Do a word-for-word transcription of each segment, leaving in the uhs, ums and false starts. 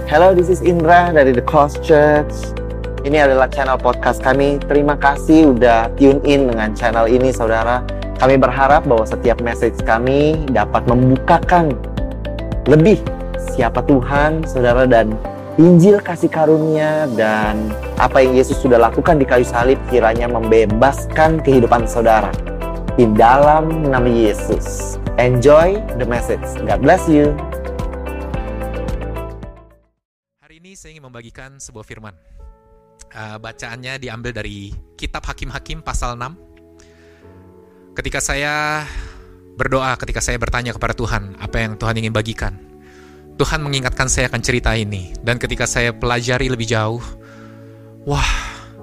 Hello, this is Indra dari The Cross Church. Ini adalah channel podcast kami. Terima kasih udah tune in dengan channel ini, saudara. Kami berharap bahwa setiap message kami dapat membukakan lebih siapa Tuhan, saudara, dan Injil kasih karunia dan apa yang Yesus sudah lakukan di kayu salib kiranya membebaskan kehidupan saudara di dalam nama Yesus. Enjoy the message. God bless you. Hari ini saya ingin membagikan sebuah firman. Uh, bacaannya diambil dari kitab Hakim-Hakim pasal enam. Ketika saya berdoa, ketika saya bertanya kepada Tuhan apa yang Tuhan ingin bagikan, Tuhan mengingatkan saya akan cerita ini. Dan ketika saya pelajari lebih jauh, wah,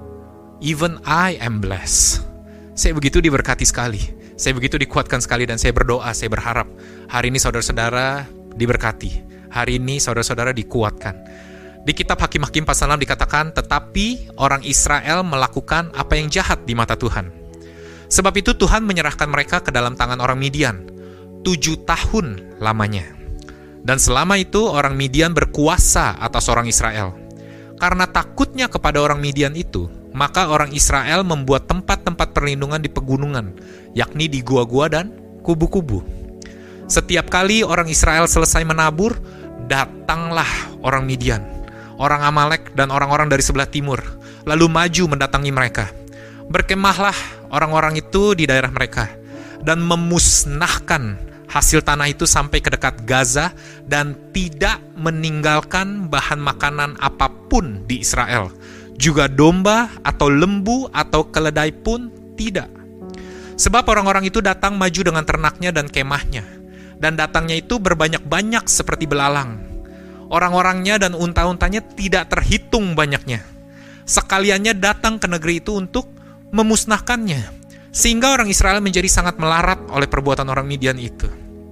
even I am blessed. Saya begitu diberkati sekali, saya begitu dikuatkan sekali, dan saya berdoa, saya berharap hari ini saudara-saudara diberkati, hari ini saudara-saudara dikuatkan. Di kitab Hakim-Hakim pasal enam dikatakan, tetapi orang Israel melakukan apa yang jahat di mata Tuhan. Sebab itu Tuhan menyerahkan mereka ke dalam tangan orang Midian tujuh tahun lamanya. Dan selama itu orang Midian berkuasa atas orang Israel. Karena takutnya kepada orang Midian itu, maka orang Israel membuat tempat-tempat perlindungan di pegunungan, yakni di gua-gua dan kubu-kubu. Setiap kali orang Israel selesai menabur, datanglah orang Midian, orang Amalek dan orang-orang dari sebelah timur, lalu maju mendatangi mereka. Berkemahlah orang-orang itu di daerah mereka, dan memusnahkan hasil tanah itu sampai ke dekat Gaza, dan tidak meninggalkan bahan makanan apapun di Israel. Juga domba atau lembu atau keledai pun tidak. Sebab orang-orang itu datang maju dengan ternaknya dan kemahnya, dan datangnya itu berbanyak-banyak seperti belalang. Orang-orangnya dan unta-untanya tidak terhitung banyaknya. Sekaliannya datang ke negeri itu untuk memusnahkannya, sehingga orang Israel menjadi sangat melarat oleh perbuatan orang Midian itu.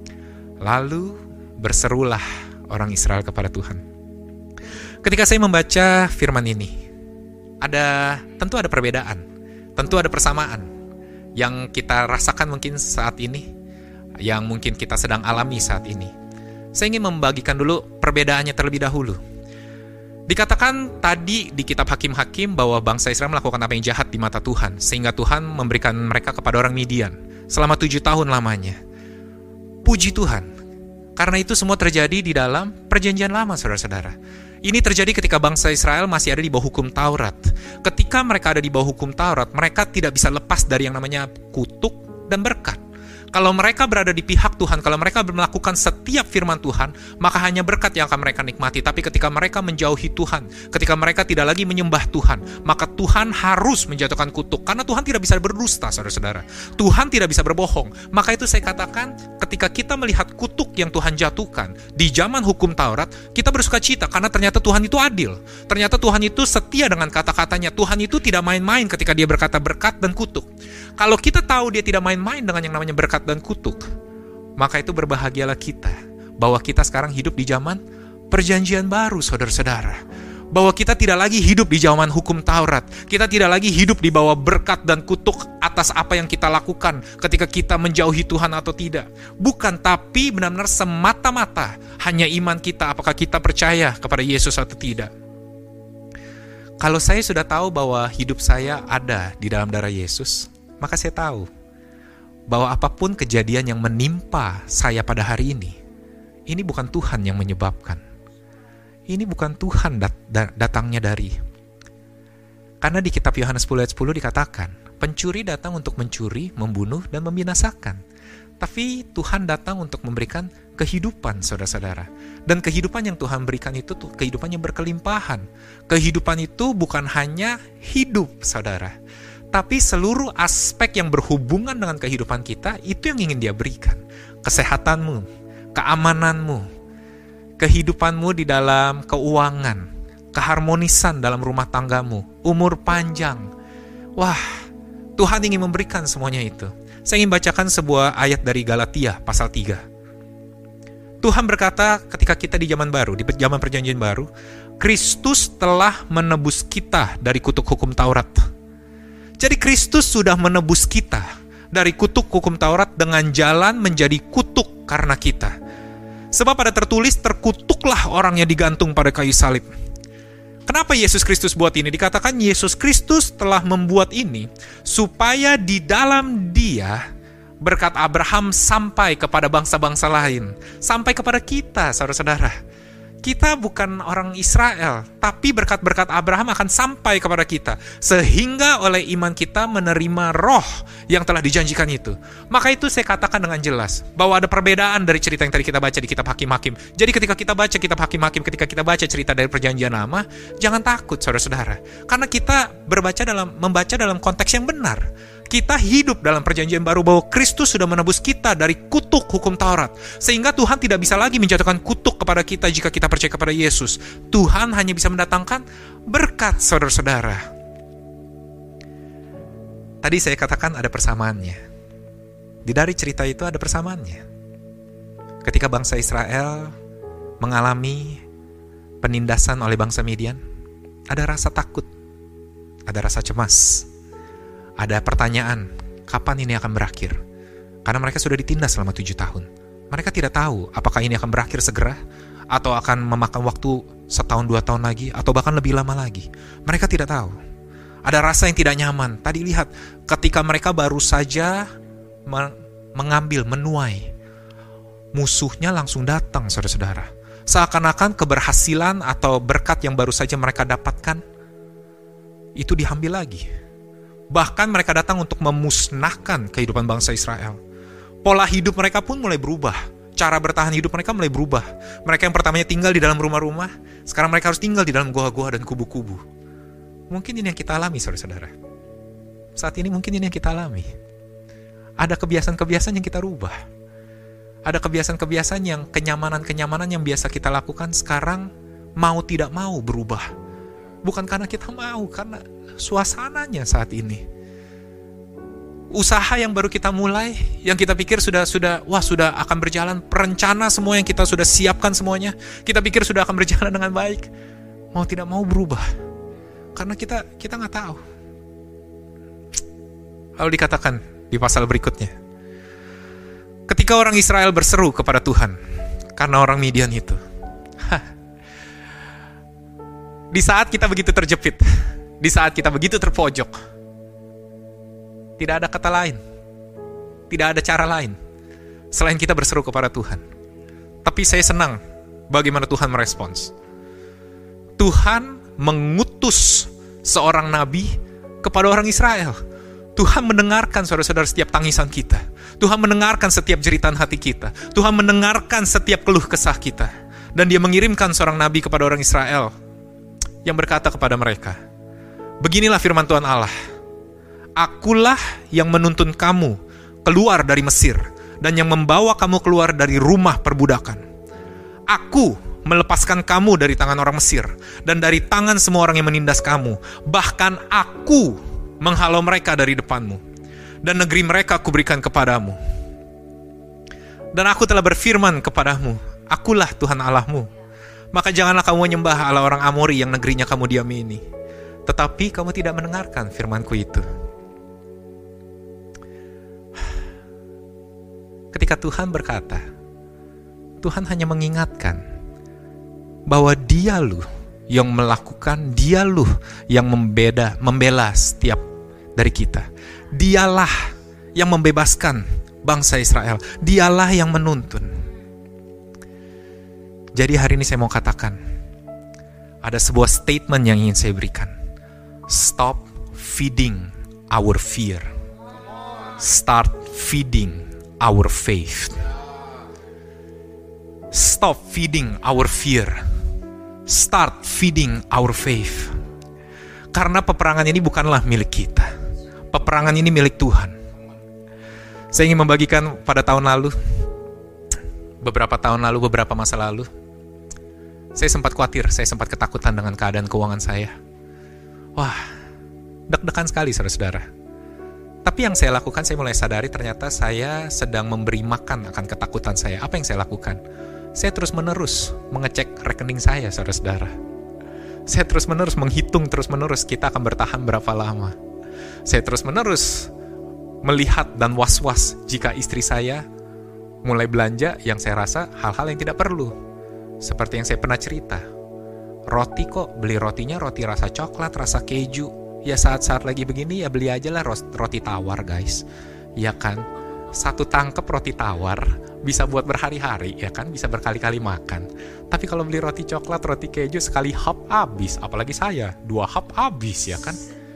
Lalu berserulah orang Israel kepada Tuhan. Ketika saya membaca firman ini, ada tentu ada perbedaan, tentu ada persamaan yang kita rasakan mungkin saat ini, yang mungkin kita sedang alami saat ini. Saya ingin membagikan dulu perbedaannya terlebih dahulu. Dikatakan tadi di kitab Hakim-Hakim bahwa bangsa Israel melakukan apa yang jahat di mata Tuhan, sehingga Tuhan memberikan mereka kepada orang Midian selama tujuh tahun lamanya. Puji Tuhan, karena itu semua terjadi di dalam perjanjian lama, saudara-saudara. Ini terjadi ketika bangsa Israel masih ada di bawah hukum Taurat. Ketika mereka ada di bawah hukum Taurat, mereka tidak bisa lepas dari yang namanya kutuk dan berkat. Kalau mereka berada di pihak Tuhan, kalau mereka melakukan setiap firman Tuhan, maka hanya berkat yang akan mereka nikmati. Tapi ketika mereka menjauhi Tuhan, ketika mereka tidak lagi menyembah Tuhan, maka Tuhan harus menjatuhkan kutuk. Karena Tuhan tidak bisa berdusta, saudara-saudara. Tuhan tidak bisa berbohong. Maka itu saya katakan, ketika kita melihat kutuk yang Tuhan jatuhkan di zaman hukum Taurat, kita bersuka cita karena ternyata Tuhan itu adil. Ternyata Tuhan itu setia dengan kata-katanya. Tuhan itu tidak main-main ketika dia berkata berkat dan kutuk. Kalau kita tahu dia tidak main-main dengan yang namanya berkat dan kutuk, maka itu berbahagialah kita bahwa kita sekarang hidup di zaman perjanjian baru, saudara-saudara. Bahwa kita tidak lagi hidup di zaman hukum Taurat. Kita tidak lagi hidup di bawah berkat dan kutuk atas apa yang kita lakukan ketika kita menjauhi Tuhan atau tidak. Bukan, tapi benar-benar semata-mata hanya iman kita, apakah kita percaya kepada Yesus atau tidak. Kalau saya sudah tahu bahwa hidup saya ada di dalam darah Yesus, maka saya tahu bahwa apapun kejadian yang menimpa saya pada hari ini, ini bukan Tuhan yang menyebabkan. Ini bukan Tuhan dat- datangnya dari. Karena di kitab Yohanes sepuluh ayat sepuluh dikatakan, pencuri datang untuk mencuri, membunuh, dan membinasakan. Tapi Tuhan datang untuk memberikan kehidupan, saudara-saudara. Dan kehidupan yang Tuhan berikan itu tuh kehidupan yang berkelimpahan. Kehidupan itu bukan hanya hidup, saudara, tapi seluruh aspek yang berhubungan dengan kehidupan kita, itu yang ingin dia berikan. Kesehatanmu, keamananmu, kehidupanmu di dalam keuangan, keharmonisan dalam rumah tanggamu, umur panjang. Wah, Tuhan ingin memberikan semuanya itu. Saya ingin bacakan sebuah ayat dari Galatia pasal tiga. Tuhan berkata ketika kita di zaman baru, di zaman perjanjian baru, Kristus telah menebus kita dari kutuk hukum Taurat. Jadi Kristus sudah menebus kita dari kutuk hukum Taurat dengan jalan menjadi kutuk karena kita. Sebab ada tertulis, terkutuklah orang yang digantung pada kayu salib. Kenapa Yesus Kristus buat ini? Dikatakan Yesus Kristus telah membuat ini supaya di dalam Dia berkat Abraham sampai kepada bangsa-bangsa lain, sampai kepada kita, saudara-saudara. Kita bukan orang Israel, tapi berkat-berkat Abraham akan sampai kepada kita, sehingga oleh iman kita menerima roh yang telah dijanjikan itu. Maka itu saya katakan dengan jelas, bahwa ada perbedaan dari cerita yang tadi kita baca di kitab Hakim-Hakim. Jadi ketika kita baca kitab Hakim-Hakim, ketika kita baca cerita dari perjanjian lama, jangan takut saudara-saudara. Karena kita berbaca dalam membaca dalam konteks yang benar. Kita hidup dalam perjanjian baru bahwa Kristus sudah menebus kita dari kutuk hukum Taurat. Sehingga Tuhan tidak bisa lagi menjatuhkan kutuk kepada kita jika kita percaya kepada Yesus. Tuhan hanya bisa mendatangkan berkat, saudara-saudara. Tadi saya katakan ada persamaannya. Di dari cerita itu ada persamaannya. Ketika bangsa Israel mengalami penindasan oleh bangsa Midian, ada rasa takut, ada rasa cemas. Ada pertanyaan, kapan ini akan berakhir? Karena mereka sudah ditindas selama tujuh tahun. Mereka tidak tahu apakah ini akan berakhir segera, atau akan memakan waktu setahun dua tahun lagi, atau bahkan lebih lama lagi. Mereka tidak tahu. Ada rasa yang tidak nyaman. Tadi lihat, ketika mereka baru saja me- mengambil, menuai, musuhnya langsung datang, saudara-saudara. Seakan-akan keberhasilan atau berkat yang baru saja mereka dapatkan, itu diambil lagi. Bahkan mereka datang untuk memusnahkan kehidupan bangsa Israel. Pola hidup mereka pun mulai berubah. Cara bertahan hidup mereka mulai berubah. Mereka yang pertamanya tinggal di dalam rumah-rumah, sekarang mereka harus tinggal di dalam goa-goa dan kubu-kubu. Mungkin ini yang kita alami, saudara-saudara. Saat ini mungkin ini yang kita alami. Ada kebiasaan-kebiasaan yang kita rubah. Ada kebiasaan-kebiasaan yang kenyamanan-kenyamanan yang biasa kita lakukan sekarang mau tidak mau berubah. Bukan karena kita mau, karena suasananya saat ini. Usaha yang baru kita mulai, yang kita pikir sudah sudah wah sudah akan berjalan, perencana semua yang kita sudah siapkan semuanya, kita pikir sudah akan berjalan dengan baik, mau tidak mau berubah. Karena kita kita nggak tahu. Lalu dikatakan di pasal berikutnya, ketika orang Israel berseru kepada Tuhan karena orang Midian itu. Di saat kita begitu terjepit, di saat kita begitu terpojok, tidak ada kata lain, tidak ada cara lain selain kita berseru kepada Tuhan. Tapi saya senang bagaimana Tuhan merespons. Tuhan mengutus seorang nabi kepada orang Israel. Tuhan mendengarkan saudara-saudara setiap tangisan kita. Tuhan mendengarkan setiap jeritan hati kita. Tuhan mendengarkan setiap keluh kesah kita. Dan dia mengirimkan seorang nabi kepada orang Israel yang berkata kepada mereka, beginilah firman Tuhan Allah, akulah yang menuntun kamu keluar dari Mesir dan yang membawa kamu keluar dari rumah perbudakan. Aku melepaskan kamu dari tangan orang Mesir dan dari tangan semua orang yang menindas kamu. Bahkan aku menghalau mereka dari depanmu dan negeri mereka kuberikan kepadamu. Dan aku telah berfirman kepadamu, akulah Tuhan Allahmu. Maka janganlah kamu menyembah Allah orang Amori yang negerinya kamu diami ini. Tetapi kamu tidak mendengarkan firmanku itu. Ketika Tuhan berkata, Tuhan hanya mengingatkan bahwa Dia loh yang melakukan, Dia loh yang membeda, membela setiap dari kita. Dialah yang membebaskan bangsa Israel. Dialah yang menuntun. Jadi hari ini saya mau katakan, ada sebuah statement yang ingin saya berikan. Stop feeding our fear. Start feeding our faith. Stop feeding our fear. Start feeding our faith. Karena peperangan ini bukanlah milik kita. Peperangan ini milik Tuhan. Saya ingin membagikan pada tahun lalu, beberapa tahun lalu, beberapa masa lalu, saya sempat khawatir, saya sempat ketakutan dengan keadaan keuangan saya. Wah, deg-degan sekali saudara-saudara. Tapi yang saya lakukan, saya mulai sadari ternyata saya sedang memberi makan akan ketakutan saya. Apa yang saya lakukan? Saya terus-menerus mengecek rekening saya, saudara-saudara. Saya terus-menerus menghitung, terus-menerus kita akan bertahan berapa lama. Saya terus-menerus melihat dan was-was jika istri saya mulai belanja yang saya rasa hal-hal yang tidak perlu. Seperti yang saya pernah cerita, roti kok, beli rotinya roti rasa coklat, rasa keju. Ya saat-saat lagi begini ya beli aja lah roti tawar guys. Ya kan, satu tangkep roti tawar bisa buat berhari-hari, ya kan, bisa berkali-kali makan. Tapi kalau beli roti coklat, roti keju, sekali hap habis. Apalagi saya, dua hap habis, ya kan.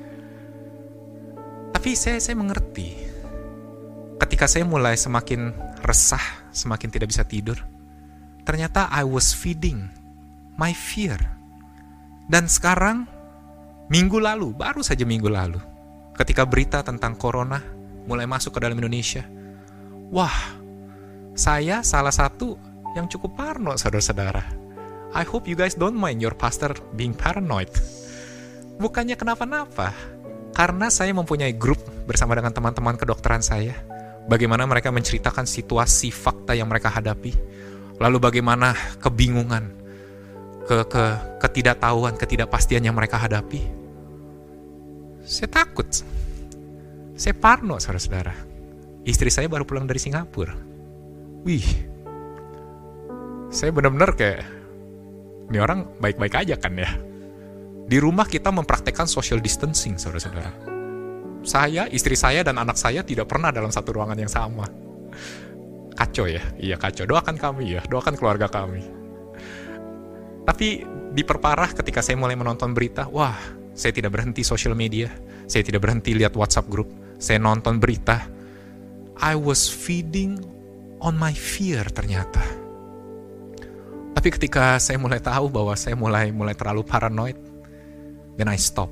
Tapi saya, saya mengerti. Ketika saya mulai semakin resah, semakin tidak bisa tidur, ternyata I was feeding my fear. Dan sekarang, minggu lalu, baru saja minggu lalu, ketika berita tentang corona mulai masuk ke dalam Indonesia, wah, saya salah satu yang cukup parno, saudara-saudara. I hope you guys don't mind your pastor being paranoid. Bukannya kenapa-napa, karena saya mempunyai grup bersama dengan teman-teman kedokteran saya, bagaimana mereka menceritakan situasi fakta yang mereka hadapi, lalu bagaimana kebingungan, ke, ke ketidaktahuan, ketidakpastian yang mereka hadapi. Saya takut, saya parno, saudara-saudara. Istri saya baru pulang dari Singapura. Wih, saya benar-benar kayak, ini orang baik-baik aja kan ya. Di rumah kita mempraktekkan social distancing, saudara-saudara. Saya, istri saya, dan anak saya tidak pernah dalam satu ruangan yang sama. Kacau ya? Iya kacau. Doakan kami ya, doakan keluarga kami. Tapi diperparah ketika saya mulai menonton berita, wah, saya tidak berhenti social media, saya tidak berhenti lihat WhatsApp group, saya nonton berita. I was feeding on my fear ternyata. Tapi ketika saya mulai tahu bahwa saya mulai mulai terlalu paranoid, then I stop.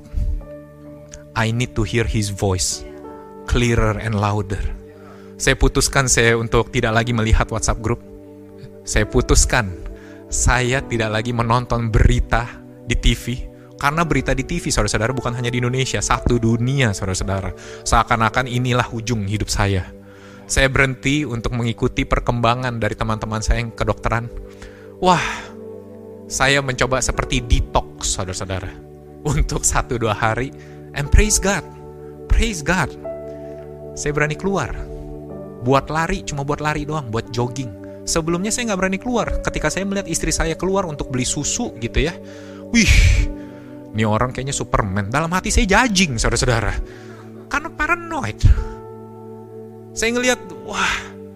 I need to hear his voice clearer and louder. Saya putuskan saya untuk tidak lagi melihat WhatsApp group. Saya putuskan saya tidak lagi menonton berita di T V. Karena berita di T V, saudara-saudara, bukan hanya di Indonesia, satu dunia, saudara-saudara. Seakan-akan inilah ujung hidup saya. Saya berhenti untuk mengikuti perkembangan dari teman-teman saya yang kedokteran. Wah, saya mencoba seperti detox, saudara-saudara, untuk satu dua hari. And praise God, praise God. Saya berani keluar, buat lari, cuma buat lari doang, buat jogging. Sebelumnya saya nggak berani keluar. Ketika saya melihat istri saya keluar untuk beli susu gitu ya, wih, ini orang kayaknya Superman. Dalam hati saya judging, saudara-saudara, karena paranoid. Saya ngelihat, wah,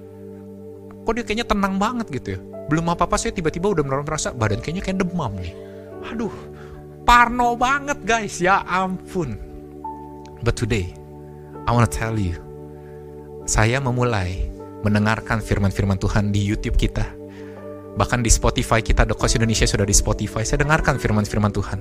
kok dia kayaknya tenang banget gitu ya. Belum apa-apa saya tiba-tiba udah merasa badan kayaknya kayak demam nih. Aduh, parno banget guys, ya ampun. But today, I wanna tell you, saya memulai mendengarkan firman-firman Tuhan di YouTube kita. Bahkan di Spotify kita, The Coast Indonesia sudah di Spotify. Saya dengarkan firman-firman Tuhan.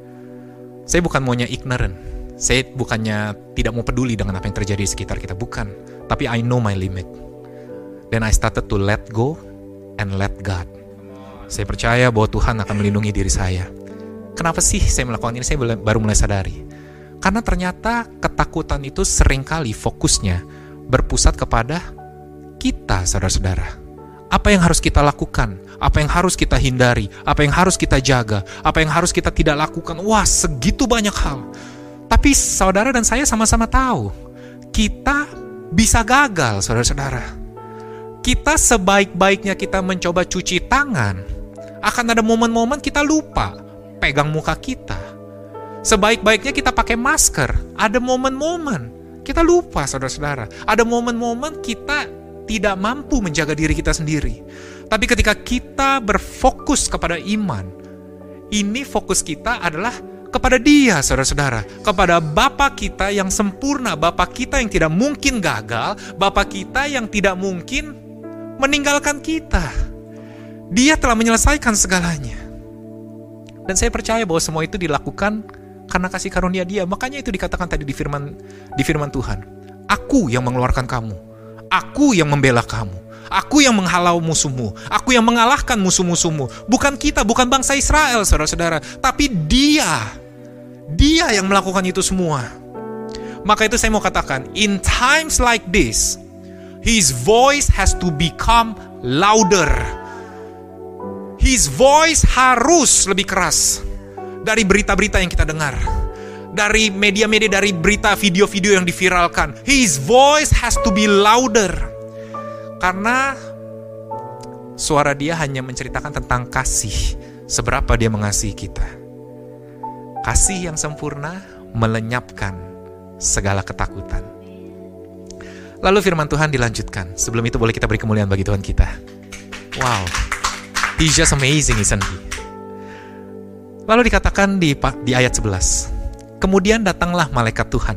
Saya bukan maunya ignorant. Saya bukannya tidak mau peduli dengan apa yang terjadi di sekitar kita, bukan. Tapi I know my limit. Then I started to let go and let God. Saya percaya bahwa Tuhan akan melindungi diri saya. Kenapa sih saya melakukan ini? Saya baru mulai sadari. Karena ternyata ketakutan itu seringkali fokusnya berpusat kepada kita, saudara-saudara. Apa yang harus kita lakukan? Apa yang harus kita hindari? Apa yang harus kita jaga? Apa yang harus kita tidak lakukan? Wah, segitu banyak hal. Tapi saudara dan saya sama-sama tahu, kita bisa gagal, saudara-saudara. Kita sebaik-baiknya kita mencoba cuci tangan, akan ada momen-momen kita lupa pegang muka kita. Sebaik-baiknya kita pakai masker, ada momen-momen kita lupa, saudara-saudara. Ada momen-momen kita tidak mampu menjaga diri kita sendiri. Tapi ketika kita berfokus kepada iman, ini fokus kita adalah kepada Dia, saudara-saudara, kepada Bapa kita yang sempurna, Bapa kita yang tidak mungkin gagal, Bapa kita yang tidak mungkin meninggalkan kita. Dia telah menyelesaikan segalanya. Dan saya percaya bahwa semua itu dilakukan karena kasih karunia Dia. Makanya itu dikatakan tadi di firman di firman Tuhan. Aku yang mengeluarkan kamu. Aku yang membela kamu. Aku yang menghalau musuhmu. Aku yang mengalahkan musuh-musuhmu. Bukan kita, bukan bangsa Israel, saudara-saudara. Tapi Dia. Dia yang melakukan itu semua. Maka itu saya mau katakan, in times like this, His voice has to become louder. His voice harus lebih keras dari berita-berita yang kita dengar, dari media-media, dari berita video-video yang diviralkan. His voice has to be louder. Karena suara dia hanya menceritakan tentang kasih, seberapa dia mengasihi kita. Kasih yang sempurna melenyapkan segala ketakutan. Lalu firman Tuhan dilanjutkan. Sebelum itu boleh kita beri kemuliaan bagi Tuhan kita. Wow, He's just amazing, isn't He? Lalu dikatakan di, di ayat sebelas, kemudian datanglah malaikat Tuhan.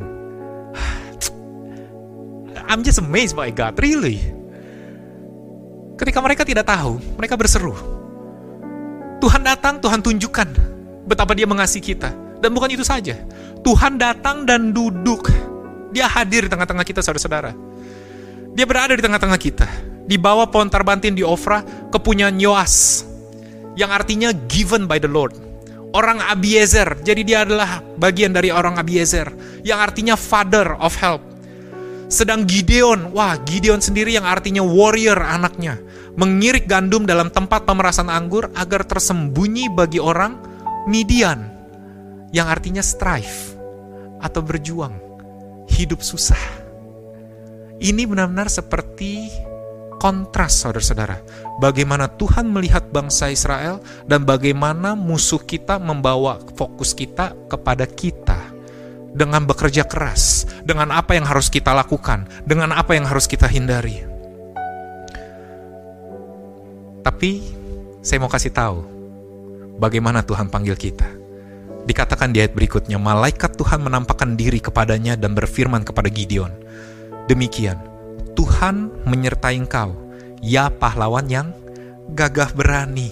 I'm just amazed by God, really. Ketika mereka tidak tahu, mereka berseru. Tuhan datang, Tuhan tunjukkan betapa dia mengasihi kita. Dan bukan itu saja, Tuhan datang dan duduk. Dia hadir di tengah-tengah kita, saudara-saudara. Dia berada di tengah-tengah kita. Di bawah pohon tarbantin di Ofra, kepunyaan Yoas, yang artinya given by the Lord. Orang Abiezer, jadi dia adalah bagian dari orang Abiezer, yang artinya father of help. Sedang Gideon, wah Gideon sendiri yang artinya warrior anaknya, mengirik gandum dalam tempat pemerasan anggur agar tersembunyi bagi orang Midian, yang artinya strive atau berjuang, hidup susah. Ini benar-benar seperti kontras, saudara-saudara. Bagaimana Tuhan melihat bangsa Israel dan bagaimana musuh kita membawa fokus kita kepada kita dengan bekerja keras, dengan apa yang harus kita lakukan, dengan apa yang harus kita hindari. Tapi saya mau kasih tahu bagaimana Tuhan panggil kita. Dikatakan di ayat berikutnya, malaikat Tuhan menampakkan diri kepadanya dan berfirman kepada Gideon, demikian, Tuhan menyertai engkau, ya pahlawan yang gagah berani.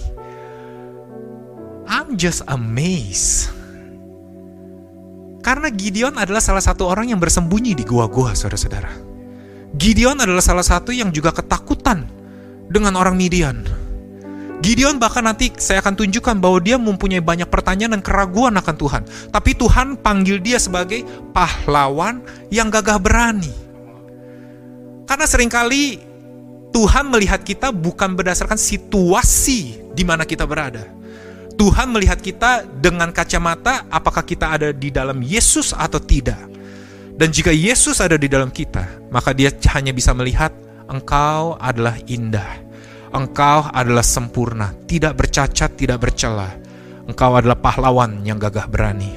I'm just amazed. Karena Gideon adalah salah satu orang yang bersembunyi di gua-gua, saudara-saudara. Gideon adalah salah satu yang juga ketakutan dengan orang Midian. Gideon bahkan nanti saya akan tunjukkan bahwa dia mempunyai banyak pertanyaan dan keraguan akan Tuhan. Tapi Tuhan panggil dia sebagai pahlawan yang gagah berani. Karena seringkali Tuhan melihat kita bukan berdasarkan situasi di mana kita berada. Tuhan melihat kita dengan kacamata apakah kita ada di dalam Yesus atau tidak. Dan jika Yesus ada di dalam kita, maka dia hanya bisa melihat engkau adalah indah. Engkau adalah sempurna, tidak bercacat, tidak bercela. Engkau adalah pahlawan yang gagah berani.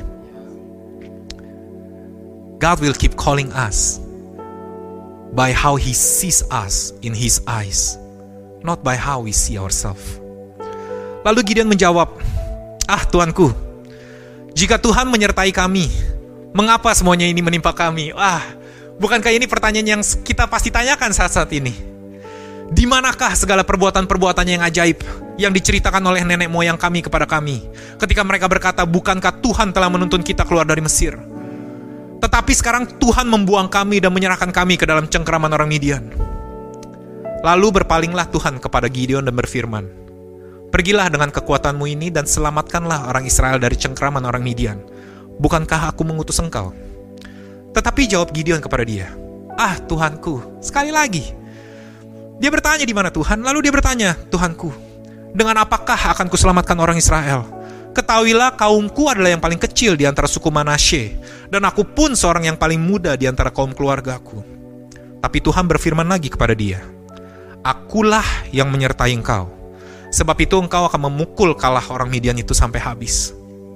God will keep calling us by how He sees us in His eyes, not by how we see ourselves. Lalu Gideon menjawab, ah Tuanku, jika Tuhan menyertai kami, mengapa semuanya ini menimpa kami? Ah, bukankah ini pertanyaan yang kita pasti tanyakan saat-saat ini? Di manakah segala perbuatan-perbuatannya yang ajaib yang diceritakan oleh nenek moyang kami kepada kami, ketika mereka berkata, bukankah Tuhan telah menuntun kita keluar dari Mesir? Tetapi sekarang Tuhan membuang kami dan menyerahkan kami ke dalam cengkeraman orang Midian. Lalu berpalinglah Tuhan kepada Gideon dan berfirman, pergilah dengan kekuatanmu ini dan selamatkanlah orang Israel dari cengkeraman orang Midian. Bukankah aku mengutus engkau? Tetapi jawab Gideon kepada dia, ah Tuhanku, sekali lagi. Dia bertanya di mana Tuhan, lalu dia bertanya, Tuhanku, dengan apakah akan kuselamatkan orang Israel? Ketahuilah kaumku adalah yang paling kecil di antara suku Manasye, dan aku pun seorang yang paling muda di antara kaum keluargaku. Tapi Tuhan berfirman lagi kepada dia, akulah yang menyertai engkau, sebab itu engkau akan memukul kalah orang Midian itu sampai habis.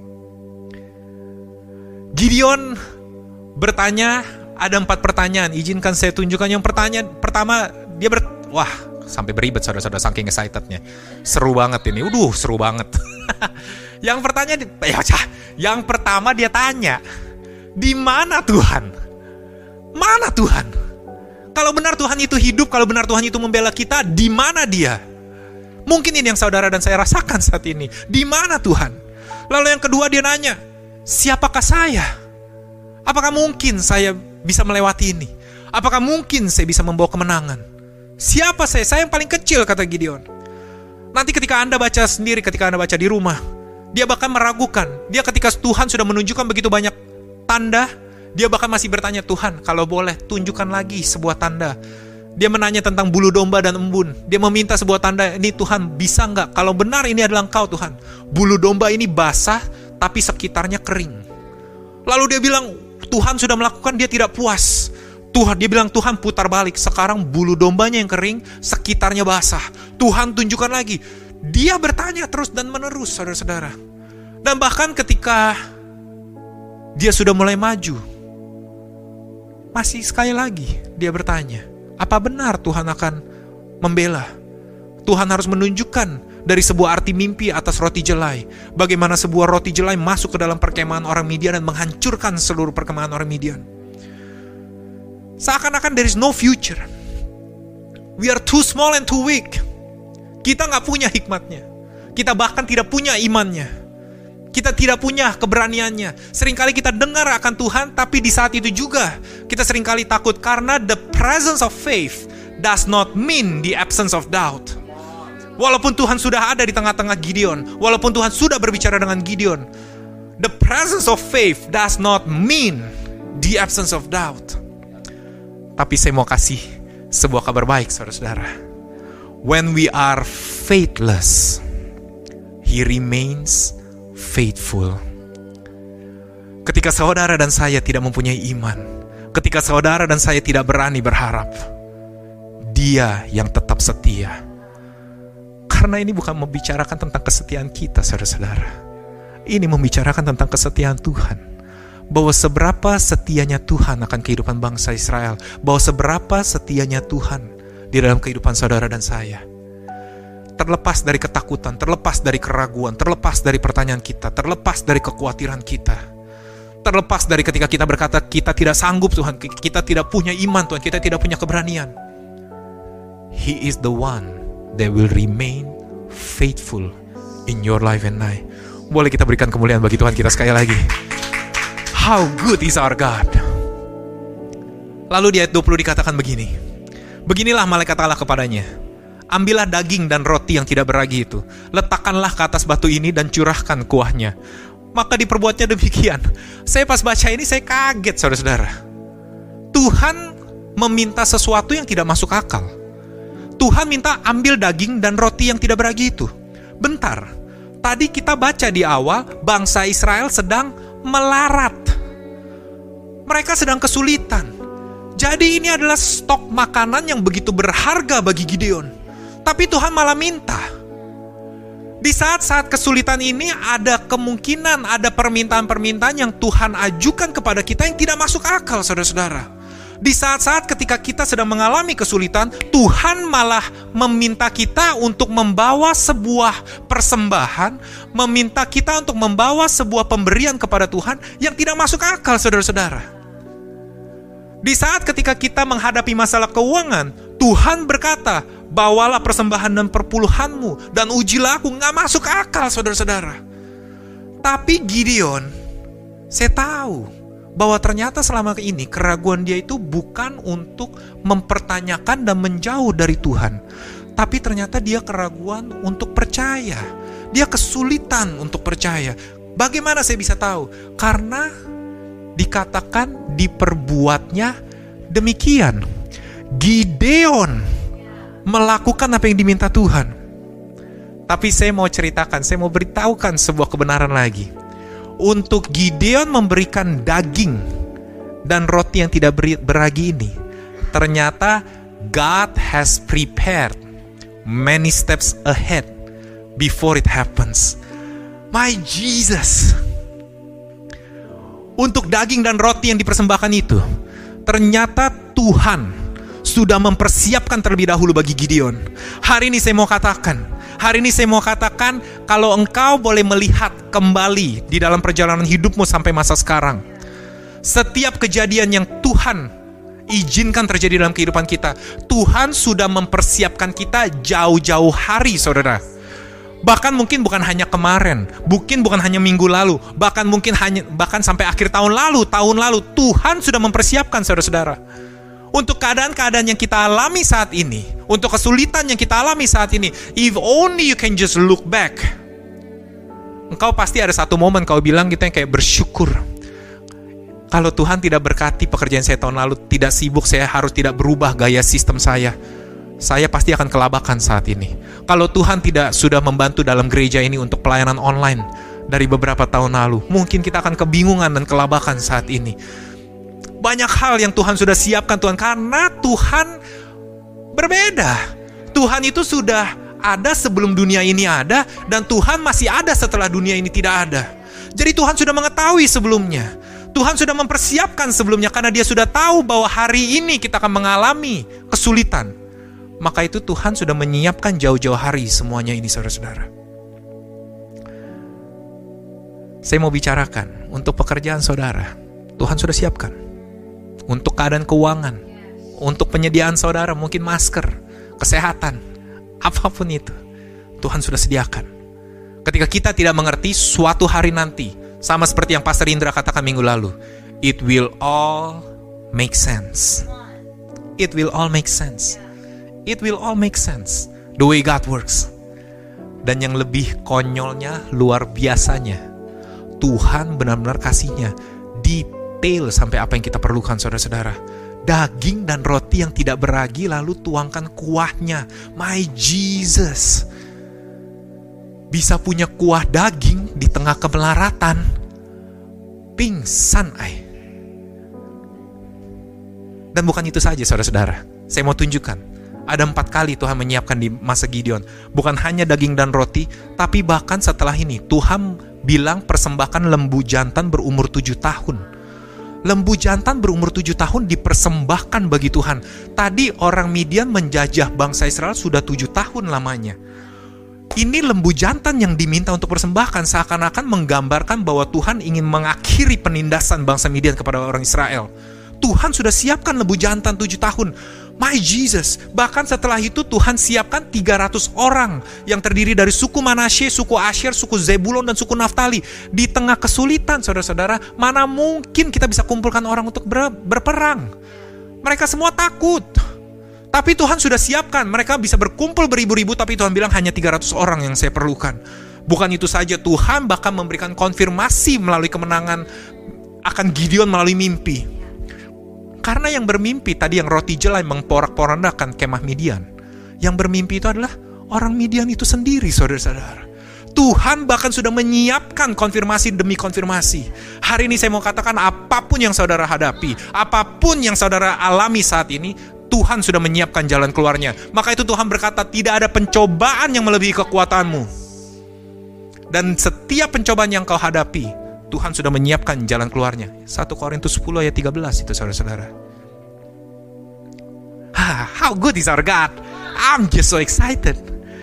Gideon bertanya, ada empat pertanyaan, izinkan saya tunjukkan. Yang pertanyaan pertama, dia ber... Wah, sampai beribet saudara-saudara, saking excitednya. Seru banget ini, uduh seru banget. Yang pertanyaan, ya, yang pertama dia tanya, di mana Tuhan? Mana Tuhan? Kalau benar Tuhan itu hidup, kalau benar Tuhan itu membela kita, di mana Dia? Mungkin ini yang saudara dan saya rasakan saat ini. Di mana Tuhan? Lalu yang kedua dia nanya, siapakah saya? Apakah mungkin saya bisa melewati ini? Apakah mungkin saya bisa membawa kemenangan? Siapa saya? Saya yang paling kecil, kata Gideon. Nanti ketika Anda baca sendiri, ketika Anda baca di rumah, dia bahkan meragukan. Dia ketika Tuhan sudah menunjukkan begitu banyak tanda, dia bahkan masih bertanya, Tuhan, kalau boleh tunjukkan lagi sebuah tanda. Dia menanya tentang bulu domba dan embun. Dia meminta sebuah tanda, ini Tuhan bisa nggak? Kalau benar ini adalah Engkau Tuhan, bulu domba ini basah tapi sekitarnya kering. Lalu dia bilang, Tuhan sudah melakukan, dia tidak puas. Tuhan, dia bilang Tuhan putar balik. Sekarang bulu dombanya yang kering, sekitarnya basah. Tuhan tunjukkan lagi. Dia bertanya terus dan menerus, saudara-saudara. Dan bahkan ketika dia sudah mulai maju, masih sekali lagi dia bertanya, apa benar Tuhan akan membela? Tuhan harus menunjukkan dari sebuah arti mimpi atas roti jelai, bagaimana sebuah roti jelai masuk ke dalam perkemahan orang Midian dan menghancurkan seluruh perkemahan orang Midian. Seakan-akan there is no future. We are too small and too weak. Kita gak punya hikmatnya. Kita bahkan tidak punya imannya. Kita tidak punya keberaniannya. Seringkali kita dengar akan Tuhan, tapi di saat itu juga kita seringkali takut, karena the presence of faith does not mean the absence of doubt. Walaupun Tuhan sudah ada di tengah-tengah Gideon, walaupun Tuhan sudah berbicara dengan Gideon, the presence of faith does not mean the absence of doubt. Tapi saya mau kasih sebuah kabar baik, saudara-saudara. When we are faithless, He remains faithful. Ketika saudara dan saya tidak mempunyai iman, ketika saudara dan saya tidak berani berharap, Dia yang tetap setia. Karena ini bukan membicarakan tentang kesetiaan kita, saudara-saudara. Ini membicarakan tentang kesetiaan Tuhan. Bahwa seberapa setianya Tuhan akan kehidupan bangsa Israel. Bahwa seberapa setianya Tuhan di dalam kehidupan saudara dan saya. Terlepas dari ketakutan, terlepas dari keraguan, terlepas dari pertanyaan kita, terlepas dari kekhawatiran kita. Terlepas dari ketika kita berkata, kita tidak sanggup Tuhan, kita tidak punya iman Tuhan, kita tidak punya keberanian. He is the one that will remain faithful in your life and I. Boleh kita berikan kemuliaan bagi Tuhan kita sekali lagi. How good is our God. Lalu di ayat dua puluh dikatakan begini. Beginilah malaikat Allah kepadanya. Ambillah daging dan roti yang tidak beragi itu. Letakkanlah ke atas batu ini dan curahkan kuahnya. Maka diperbuatnya demikian. Saya pas baca ini saya kaget, saudara-saudara. Tuhan meminta sesuatu yang tidak masuk akal. Tuhan minta ambil daging dan roti yang tidak beragi itu. Bentar, tadi kita baca di awal bangsa Israel sedang melarat. Mereka sedang kesulitan. Jadi ini adalah stok makanan yang begitu berharga bagi Gideon. Tapi Tuhan malah minta. Di saat-saat kesulitan ini ada kemungkinan, ada permintaan-permintaan yang Tuhan ajukan kepada kita yang tidak masuk akal, saudara-saudara. Di saat-saat ketika kita sedang mengalami kesulitan, Tuhan malah meminta kita untuk membawa sebuah persembahan, meminta kita untuk membawa sebuah pemberian kepada Tuhan yang tidak masuk akal, saudara-saudara. Di saat ketika kita menghadapi masalah keuangan, Tuhan berkata, bawalah persembahan dan perpuluhanmu dan ujilah aku. Nggak masuk akal, saudara-saudara. Tapi Gideon, saya tahu bahwa ternyata selama ini keraguan dia itu bukan untuk mempertanyakan dan menjauh dari Tuhan. Tapi ternyata dia keraguan untuk percaya. Dia kesulitan untuk percaya. Bagaimana saya bisa tahu? Karena dikatakan diperbuatnya demikian. Gideon melakukan apa yang diminta Tuhan. Tapi saya mau ceritakan, saya mau beritahukan sebuah kebenaran lagi. Untuk Gideon memberikan daging dan roti yang tidak beragi ini, ternyata God has prepared many steps ahead before it happens. My Jesus. Untuk daging dan roti yang dipersembahkan itu, ternyata Tuhan sudah mempersiapkan terlebih dahulu bagi Gideon. Hari ini saya mau katakan, Hari ini saya mau katakan, kalau engkau boleh melihat kembali di dalam perjalanan hidupmu sampai masa sekarang, setiap kejadian yang Tuhan izinkan terjadi dalam kehidupan kita, Tuhan sudah mempersiapkan kita jauh-jauh hari, saudara. Bahkan mungkin bukan hanya kemarin, mungkin bukan hanya minggu lalu, bahkan mungkin hanya bahkan sampai akhir tahun lalu, tahun lalu Tuhan sudah mempersiapkan, saudara-saudara. Untuk keadaan-keadaan yang kita alami saat ini, untuk kesulitan yang kita alami saat ini, if only you can just look back, engkau pasti ada satu momen kau bilang gitu yang kayak bersyukur. Kalau Tuhan tidak berkati pekerjaan saya tahun lalu, tidak sibuk, saya harus tidak berubah gaya sistem saya, saya pasti akan kelabakan saat ini. Kalau Tuhan tidak sudah membantu dalam gereja ini untuk pelayanan online dari beberapa tahun lalu, mungkin kita akan kebingungan dan kelabakan saat ini. Banyak hal yang Tuhan sudah siapkan Tuhan, karena Tuhan berbeda. Tuhan itu sudah ada sebelum dunia ini ada, dan Tuhan masih ada setelah dunia ini tidak ada. Jadi Tuhan sudah mengetahui sebelumnya. Tuhan sudah mempersiapkan sebelumnya, karena Dia sudah tahu bahwa hari ini kita akan mengalami kesulitan. Maka itu Tuhan sudah menyiapkan jauh-jauh hari semuanya ini, saudara-saudara. Saya mau bicarakan untuk pekerjaan saudara, Tuhan sudah siapkan. Untuk keadaan keuangan, untuk penyediaan saudara, mungkin masker, kesehatan, apapun itu, Tuhan sudah sediakan. Ketika kita tidak mengerti, suatu hari nanti, sama seperti yang Pastor Indra katakan minggu lalu, it will all make sense. It will all make sense. It will all make sense. The way God works. Dan yang lebih konyolnya, luar biasanya, Tuhan benar-benar kasihnya detail sampai apa yang kita perlukan, saudara-saudara. Daging dan roti yang tidak beragi, lalu tuangkan kuahnya. My Jesus. Bisa punya kuah daging di tengah kemelaratan. Pingsan ay. Dan bukan itu saja, saudara-saudara. Saya mau tunjukkan. Ada empat kali Tuhan menyiapkan di masa Gideon. Bukan hanya daging dan roti, tapi bahkan setelah ini Tuhan bilang persembahkan lembu jantan berumur tujuh tahun. Lembu jantan berumur tujuh tahun dipersembahkan bagi Tuhan. Tadi orang Midian menjajah bangsa Israel sudah tujuh tahun lamanya. Ini lembu jantan yang diminta untuk persembahkan, seakan-akan menggambarkan bahwa Tuhan ingin mengakhiri penindasan bangsa Midian kepada orang Israel. Tuhan sudah siapkan lembu jantan tujuh tahun. My Jesus. Bahkan setelah itu Tuhan siapkan tiga ratus orang yang terdiri dari suku Manasye, suku Asher, suku Zebulon, dan suku Naftali. Di tengah kesulitan, saudara-saudara, mana mungkin kita bisa kumpulkan orang untuk ber- berperang. Mereka semua takut. Tapi Tuhan sudah siapkan. Mereka bisa berkumpul beribu-ribu, tapi Tuhan bilang hanya tiga ratus orang yang saya perlukan. Bukan itu saja, Tuhan bahkan memberikan konfirmasi melalui kemenangan akan Gideon melalui mimpi. Karena yang bermimpi tadi, yang roti jelai memporak-porandakan kemah Midian, yang bermimpi itu adalah orang Midian itu sendiri, saudara-saudara. Tuhan bahkan sudah menyiapkan konfirmasi demi konfirmasi. Hari ini saya mau katakan, apapun yang saudara hadapi, apapun yang saudara alami saat ini, Tuhan sudah menyiapkan jalan keluarnya. Maka itu Tuhan berkata, tidak ada pencobaan yang melebihi kekuatanmu. Dan setiap pencobaan yang kau hadapi, Tuhan sudah menyiapkan jalan keluarnya. satu Korintus sepuluh ayat tiga belas itu, saudara-saudara. How good is our God? I'm just so excited.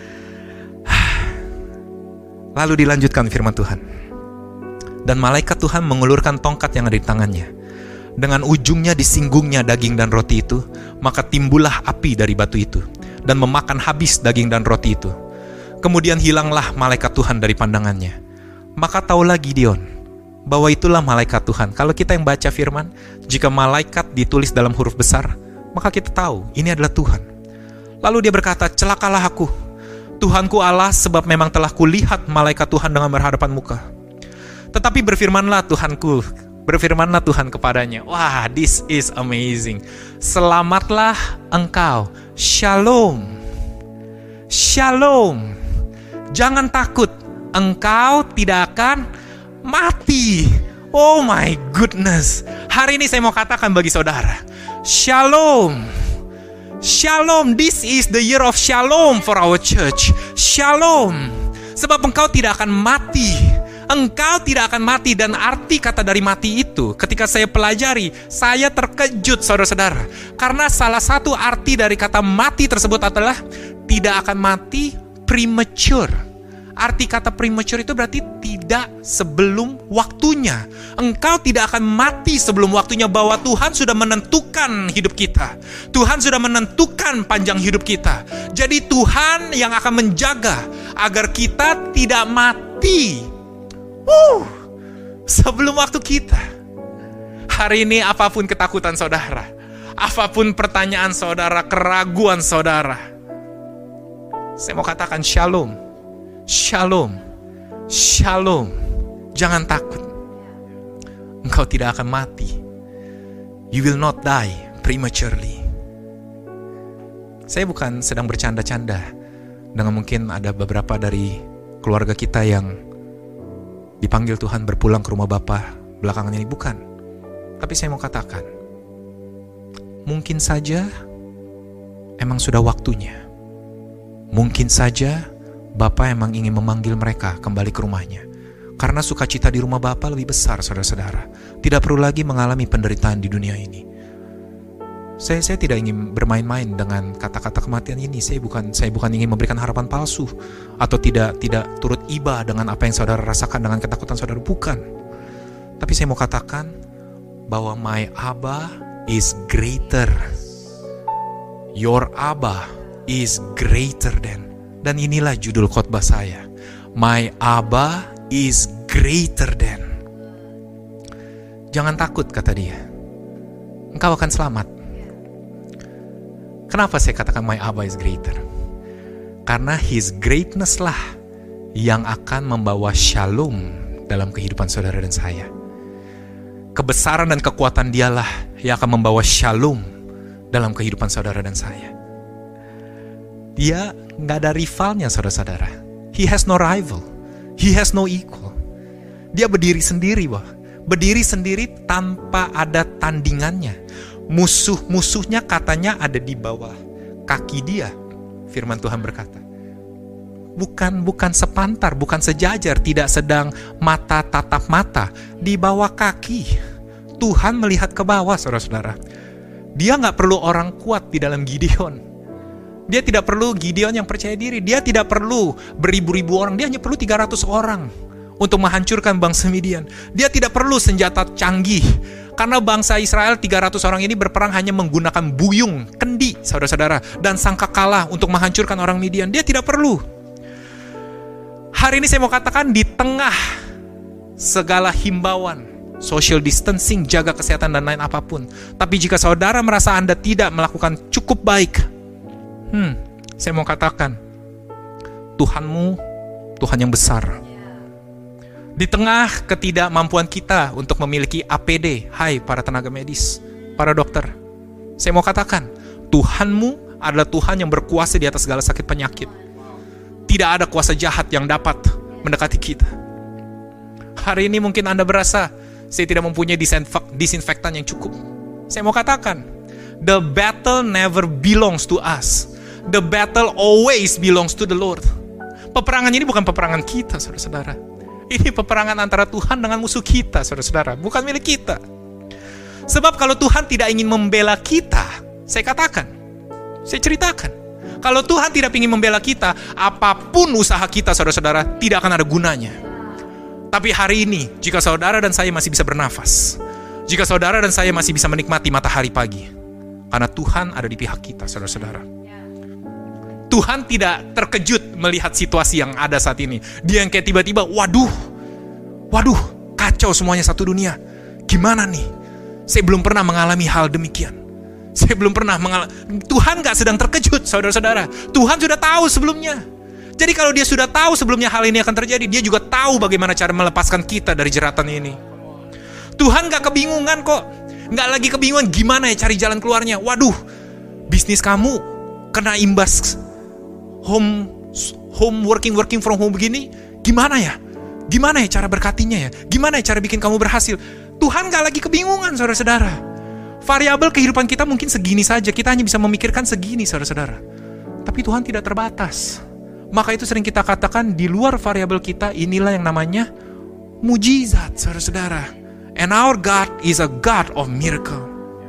Lalu dilanjutkan firman Tuhan. Dan malaikat Tuhan mengulurkan tongkat yang ada di tangannya. Dengan ujungnya disinggungnya daging dan roti itu, maka timbullah api dari batu itu dan memakan habis daging dan roti itu. Kemudian hilanglah malaikat Tuhan dari pandangannya. Maka taulah Gideon bahwa itulah malaikat Tuhan. Kalau kita yang baca firman, jika malaikat ditulis dalam huruf besar, maka kita tahu ini adalah Tuhan. Lalu dia berkata, celakalah aku, Tuhanku Allah, sebab memang telah kulihat malaikat Tuhan dengan berhadapan muka. Tetapi berfirmanlah Tuhanku, berfirmanlah Tuhan kepadanya. Wah, this is amazing. Selamatlah engkau, shalom, shalom. Jangan takut, engkau tidak akan mati. Oh my goodness. Hari ini saya mau katakan bagi saudara, shalom, shalom. This is the year of shalom for our church. Shalom. Sebab engkau tidak akan mati. Engkau tidak akan mati. Dan arti kata dari mati itu, ketika saya pelajari, saya terkejut, saudara-saudara. Karena salah satu arti dari kata mati tersebut adalah tidak akan mati premature. Arti kata premature itu berarti tidak sebelum waktunya. Engkau tidak akan mati sebelum waktunya, bahwa Tuhan sudah menentukan hidup kita. Tuhan sudah menentukan panjang hidup kita. Jadi Tuhan yang akan menjaga agar kita tidak mati uh, sebelum waktu kita. Hari ini apapun ketakutan saudara, apapun pertanyaan saudara, keraguan saudara, saya mau katakan shalom. Shalom, shalom. Jangan takut. Engkau tidak akan mati. You will not die prematurely. Saya bukan sedang bercanda-canda dengan mungkin ada beberapa dari keluarga kita yang dipanggil Tuhan berpulang ke rumah Bapa belakangan ini. Bukan. Tapi saya mau katakan, mungkin saja emang sudah waktunya. Mungkin saja Bapa emang ingin memanggil mereka kembali ke rumahnya. Karena sukacita di rumah Bapa lebih besar, saudara-saudara. Tidak perlu lagi mengalami penderitaan di dunia ini. Saya saya tidak ingin bermain-main dengan kata-kata kematian ini. Saya bukan saya bukan ingin memberikan harapan palsu atau tidak tidak turut iba dengan apa yang saudara rasakan dengan ketakutan saudara, bukan. Tapi saya mau katakan bahwa my Abba is greater. Your Abba is greater than. Dan inilah judul khotbah saya. My Abba is greater than. Jangan takut, kata dia. Engkau akan selamat. Kenapa saya katakan my Abba is greater? Karena his greatness lah yang akan membawa shalom dalam kehidupan saudara dan saya. Kebesaran dan kekuatan dialah yang akan membawa shalom dalam kehidupan saudara dan saya. Dia gak ada rivalnya, saudara-saudara. He has no rival. He has no equal. Dia berdiri sendiri, wah. Berdiri sendiri tanpa ada tandingannya. Musuh-musuhnya katanya ada di bawah kaki dia. Firman Tuhan berkata. Bukan bukan sepantar, bukan sejajar, tidak sedang mata tatap mata. Di bawah kaki. Tuhan melihat ke bawah, saudara-saudara. Dia gak perlu orang kuat di dalam Gideon. Dia tidak perlu Gideon yang percaya diri. Dia tidak perlu beribu-ribu orang. Dia hanya perlu tiga ratus orang untuk menghancurkan bangsa Midian. Dia tidak perlu senjata canggih. Karena bangsa Israel tiga ratus orang ini berperang hanya menggunakan buyung, kendi, saudara-saudara. Dan sangkakala untuk menghancurkan orang Midian. Dia tidak perlu. Hari ini saya mau katakan di tengah segala himbauan, social distancing, jaga kesehatan dan lain apapun. Tapi jika saudara merasa Anda tidak melakukan cukup baik, hmm, saya mau katakan, Tuhanmu, Tuhan yang besar. Di tengah ketidakmampuan kita untuk memiliki A P D, hai para tenaga medis, para dokter, saya mau katakan, Tuhanmu adalah Tuhan yang berkuasa di atas segala sakit penyakit. Tidak ada kuasa jahat yang dapat mendekati kita. Hari ini mungkin Anda berasa, saya tidak mempunyai disinfektan yang cukup. Saya mau katakan, the battle never belongs to us. The battle always belongs to the Lord. Peperangan ini bukan peperangan kita, saudara-saudara. Ini peperangan antara Tuhan dengan musuh kita, saudara-saudara. Bukan milik kita. Sebab kalau Tuhan tidak ingin membela kita, saya katakan, saya ceritakan, kalau Tuhan tidak ingin membela kita, apapun usaha kita, saudara-saudara, tidak akan ada gunanya. Tapi hari ini, jika saudara dan saya masih bisa bernafas, jika saudara dan saya masih bisa menikmati matahari pagi, karena Tuhan ada di pihak kita, saudara-saudara. Tuhan tidak terkejut melihat situasi yang ada saat ini. Dia yang kayak tiba-tiba, waduh, waduh, kacau semuanya satu dunia. Gimana nih? Saya belum pernah mengalami hal demikian. Saya belum pernah mengalami. Tuhan gak sedang terkejut, saudara-saudara. Tuhan sudah tahu sebelumnya. Jadi kalau dia sudah tahu sebelumnya hal ini akan terjadi, dia juga tahu bagaimana cara melepaskan kita dari jeratan ini. Tuhan gak kebingungan kok. Gak lagi kebingungan gimana ya cari jalan keluarnya. Waduh, bisnis kamu kena imbas home home working working from home begini, gimana ya? Gimana ya cara berkatinya ya? Gimana ya cara bikin kamu berhasil? Tuhan gak lagi kebingungan, saudara-saudara. Variabel kehidupan kita mungkin segini saja. Kita hanya bisa memikirkan segini, saudara-saudara. Tapi Tuhan tidak terbatas. Maka itu sering kita katakan di luar variabel kita, inilah yang namanya mujizat, saudara-saudara. And our God is a God of miracle.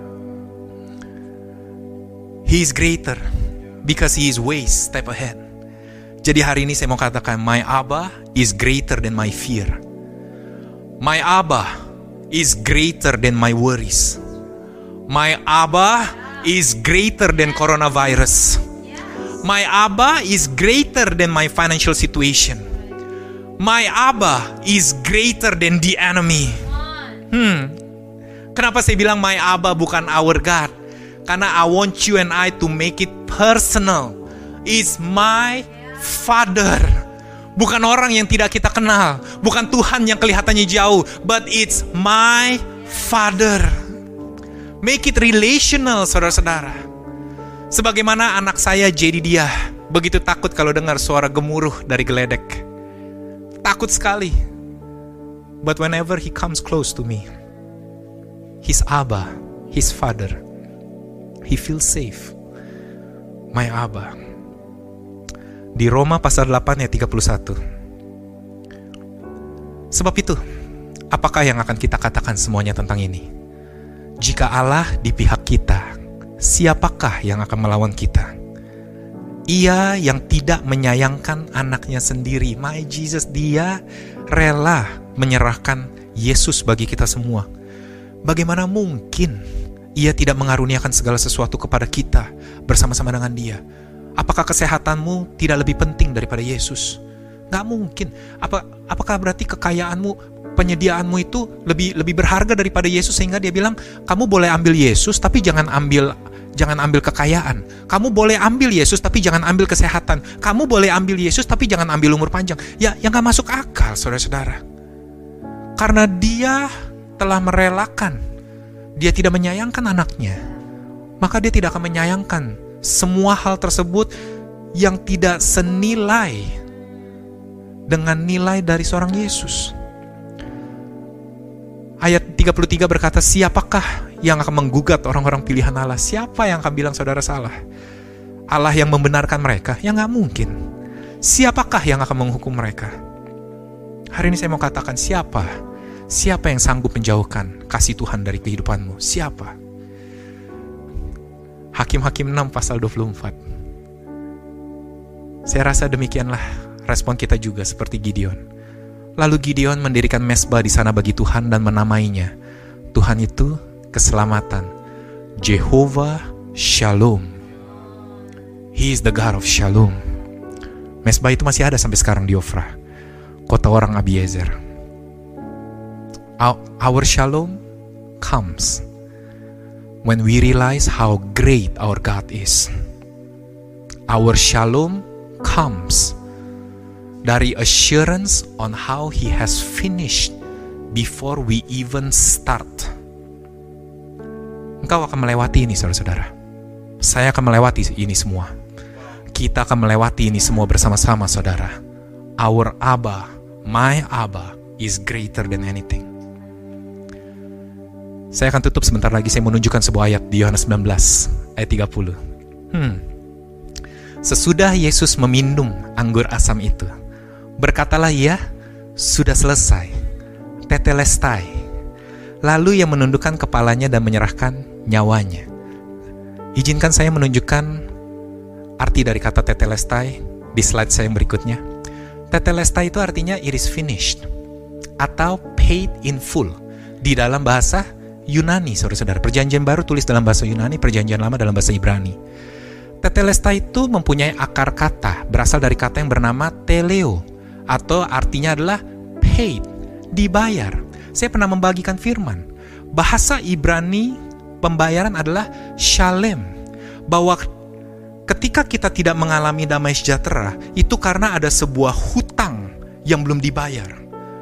He is greater because He is way step ahead. Jadi hari ini saya mau katakan, my Abba is greater than my fear. My Abba is greater than my worries. My Abba is greater than coronavirus. My Abba is greater than my financial situation. My Abba is greater than the enemy. Hmm. Kenapa saya bilang my Abba bukan our God? Karena I want you and I to make it personal. It's my Father. Bukan orang yang tidak kita kenal. Bukan Tuhan yang kelihatannya jauh. But it's my Father. Make it relational, saudara-saudara. Sebagaimana anak saya jadi dia begitu takut kalau dengar suara gemuruh dari geledek. Takut sekali. But whenever he comes close to me, his Abba, his Father, He feels safe. My Abba. Di Roma pasal delapan ayat tiga puluh satu. Sebab itu, apakah yang akan kita katakan semuanya tentang ini? Jika Allah di pihak kita, siapakah yang akan melawan kita? Ia yang tidak menyayangkan anaknya sendiri, my Jesus, dia rela menyerahkan Yesus bagi kita semua. Bagaimana mungkin ia tidak mengaruniakan segala sesuatu kepada kita bersama-sama dengan dia? Apakah kesehatanmu tidak lebih penting daripada Yesus? Gak mungkin. Apa, apakah berarti kekayaanmu, penyediaanmu itu lebih lebih berharga daripada Yesus, sehingga dia bilang, kamu boleh ambil Yesus tapi jangan ambil jangan ambil kekayaan. Kamu boleh ambil Yesus tapi jangan ambil kesehatan. Kamu boleh ambil Yesus tapi jangan ambil umur panjang. Ya, yang gak masuk akal, saudara-saudara. Karena dia telah merelakan, dia tidak menyayangkan anaknya, maka dia tidak akan menyayangkan semua hal tersebut yang tidak senilai dengan nilai dari seorang Yesus. Ayat tiga puluh tiga berkata, siapakah yang akan menggugat orang-orang pilihan Allah? Siapa yang akan bilang saudara salah? Allah yang membenarkan mereka? Ya gak mungkin. Siapakah yang akan menghukum mereka? Hari ini saya mau katakan, siapa? Siapa yang sanggup menjauhkan kasih Tuhan dari kehidupanmu? Siapa? Hakim-Hakim enam pasal dua puluh empat. Saya rasa demikianlah respon kita juga seperti Gideon. Lalu Gideon mendirikan mesbah di sana bagi Tuhan dan menamainya, Tuhan itu keselamatan, Jehovah Shalom. He is the God of Shalom. Mesbah itu masih ada sampai sekarang di Ofra, kota orang Abiezer. Our Shalom comes when we realize how great our God is. Our Shalom comes dari assurance on how He has finished before we even start. Engkau akan melewati ini, saudara-saudara. Saya akan melewati ini semua. Kita akan melewati ini semua bersama-sama, saudara. Our Abba, my Abba, is greater than anything. Saya akan tutup sebentar lagi. Saya menunjukkan sebuah ayat di Yohanes sembilan belas ayat tiga puluh. Hmm. Sesudah Yesus meminum anggur asam itu, berkatalah ia, sudah selesai, tetelestai. Lalu ia menundukkan kepalanya dan menyerahkan nyawanya. Izinkan saya menunjukkan arti dari kata tetelestai di slide saya yang berikutnya. Tetelestai itu artinya it is finished atau paid in full di dalam bahasa Yunani, saudara-saudara. Perjanjian baru tulis dalam bahasa Yunani, perjanjian lama dalam bahasa Ibrani. Tetelestai itu mempunyai akar kata, berasal dari kata yang bernama teleo, atau artinya adalah paid, dibayar. Saya pernah membagikan firman, bahasa Ibrani pembayaran adalah shalem, bahwa ketika kita tidak mengalami damai sejahtera, itu karena ada sebuah hutang yang belum dibayar.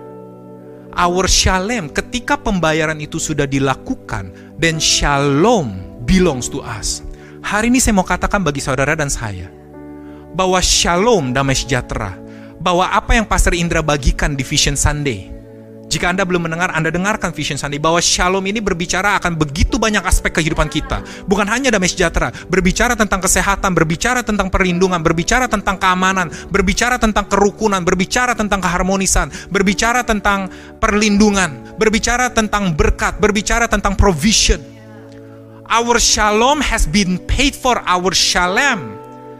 Our shalem, ketika pembayaran itu sudah dilakukan, then shalom belongs to us. Hari ini saya mau katakan bagi saudara dan saya, bahwa shalom, damai sejahtera, bahwa apa yang Pastor Indra bagikan di Vision Sunday, jika Anda belum mendengar, Anda dengarkan Vision Sunday, bahwa shalom ini berbicara akan begitu banyak aspek kehidupan kita. Bukan hanya damai sejahtera, berbicara tentang kesehatan, berbicara tentang perlindungan, berbicara tentang keamanan, berbicara tentang kerukunan, berbicara tentang keharmonisan, berbicara tentang perlindungan, berbicara tentang berkat, berbicara tentang provision. Our shalom has been paid for, our shalom.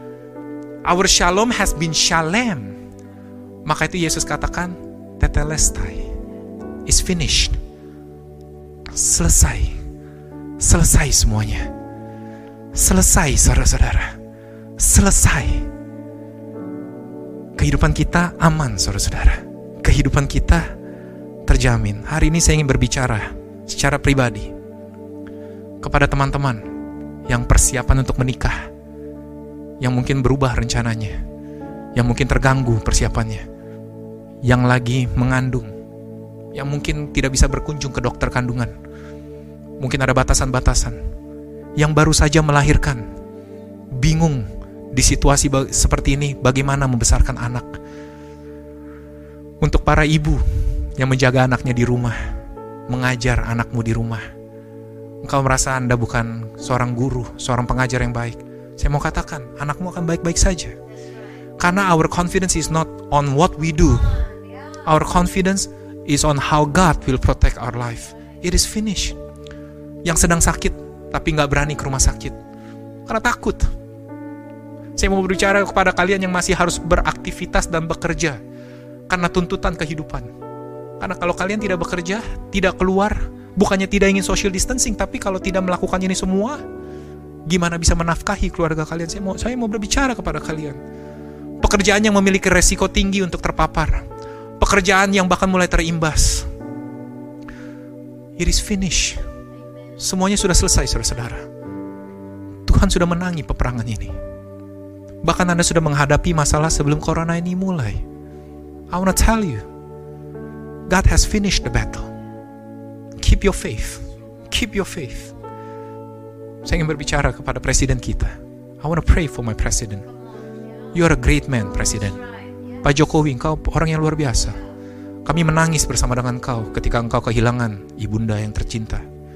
Our shalom has been shalem. Maka itu Yesus katakan, tetelestai, is finished. Selesai. Selesai semuanya. Selesai, saudara-saudara. Selesai. Kehidupan kita aman, saudara-saudara. Kehidupan kita terjamin. Hari ini saya ingin berbicara secara pribadi kepada teman-teman yang persiapan untuk menikah, yang mungkin berubah rencananya, yang mungkin terganggu persiapannya, yang lagi mengandung, yang mungkin tidak bisa berkunjung ke dokter kandungan, mungkin ada batasan-batasan, yang baru saja melahirkan, bingung di situasi seperti ini bagaimana membesarkan anak. Untuk para ibu yang menjaga anaknya di rumah, mengajar anakmu di rumah, engkau merasa Anda bukan seorang guru, seorang pengajar yang baik, saya mau katakan, anakmu akan baik-baik saja. Karena our confidence is not on what we do. Our confidence is on how God will protect our life. It is finished. Yang sedang sakit, tapi gak berani ke rumah sakit, karena takut. Saya mau berbicara kepada kalian yang masih harus beraktivitas dan bekerja, karena tuntutan kehidupan. Karena kalau kalian tidak bekerja, tidak keluar, bukannya tidak ingin social distancing, tapi kalau tidak melakukan ini semua, gimana bisa menafkahi keluarga kalian? Saya mau, saya mau berbicara kepada kalian. Pekerjaan yang memiliki resiko tinggi untuk terpapar. Pekerjaan yang bahkan mulai terimbas. It is finished. Semuanya sudah selesai, saudara-saudara. Tuhan sudah menangi peperangan ini. Bahkan Anda sudah menghadapi masalah sebelum corona ini mulai. I want to tell you, God has finished the battle. Keep your faith. Keep your faith. Saya ingin berbicara kepada presiden kita. I want to pray for my president. You are a great man, Presiden. Pak Jokowi, engkau orang yang luar biasa. Kami menangis bersama dengan engkau ketika engkau kehilangan ibunda yang tercinta.